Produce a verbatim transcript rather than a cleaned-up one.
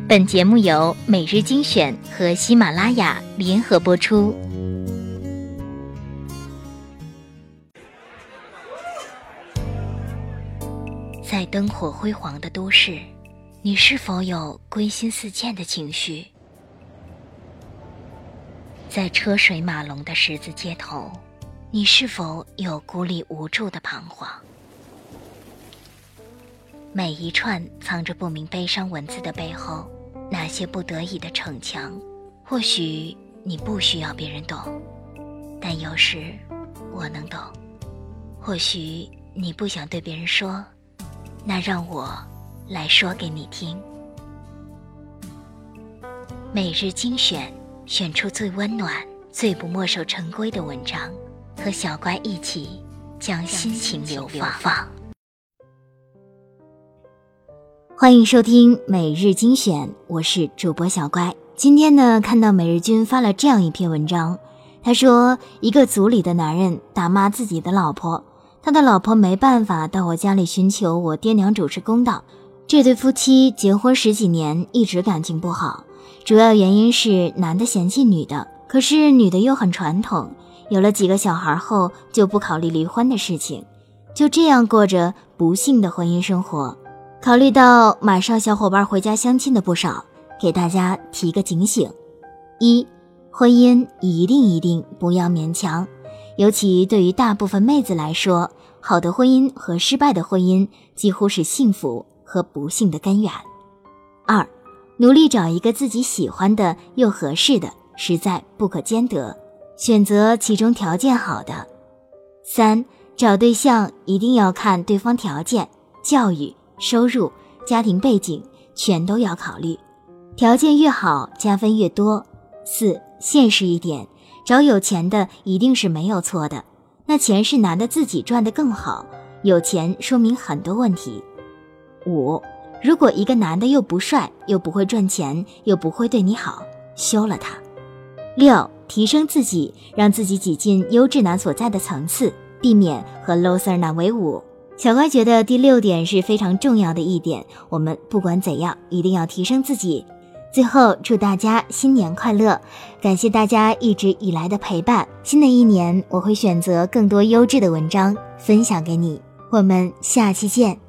本节目由每日精选和喜马拉雅联合播出。在灯火辉煌的都市，你是否有归心似箭的情绪？在车水马龙的十字街头，你是否有孤立无助的彷徨？每一串藏着不明悲伤文字的背后，那些不得已的逞强，或许你不需要别人懂，但有时我能懂。或许你不想对别人说，那让我来说给你听。每日精选，选出最温暖、最不墨守成规的文章，和小乖一起将心情流放。欢迎收听每日精选，我是主播小乖。今天呢，看到每日君发了这样一篇文章，他说一个族里的男人打骂自己的老婆，他的老婆没办法到我家里寻求我爹娘主持公道。这对夫妻结婚十几年，一直感情不好，主要原因是男的嫌弃女的，可是女的又很传统，有了几个小孩后就不考虑离婚的事情，就这样过着不幸的婚姻生活。考虑到马上小伙伴回家相亲的不少，给大家提个警醒：一、婚姻一定一定不要勉强，尤其对于大部分妹子来说，好的婚姻和失败的婚姻几乎是幸福和不幸的根源。二、努力找一个自己喜欢的又合适的，实在不可兼得，选择其中条件好的。三、找对象一定要看对方条件、教育、收入、家庭背景全都要考虑，条件越好加分越多。四、现实一点，找有钱的一定是没有错的，那钱是男的自己赚得更好，有钱说明很多问题。五、如果一个男的又不帅，又不会赚钱，又不会对你好，休了他。六、提升自己，让自己挤进优质男所在的层次，避免和 loser 男为伍。小乖觉得第六点是非常重要的一点，我们不管怎样一定要提升自己。最后祝大家新年快乐，感谢大家一直以来的陪伴，新的一年我会选择更多优质的文章分享给你，我们下期见。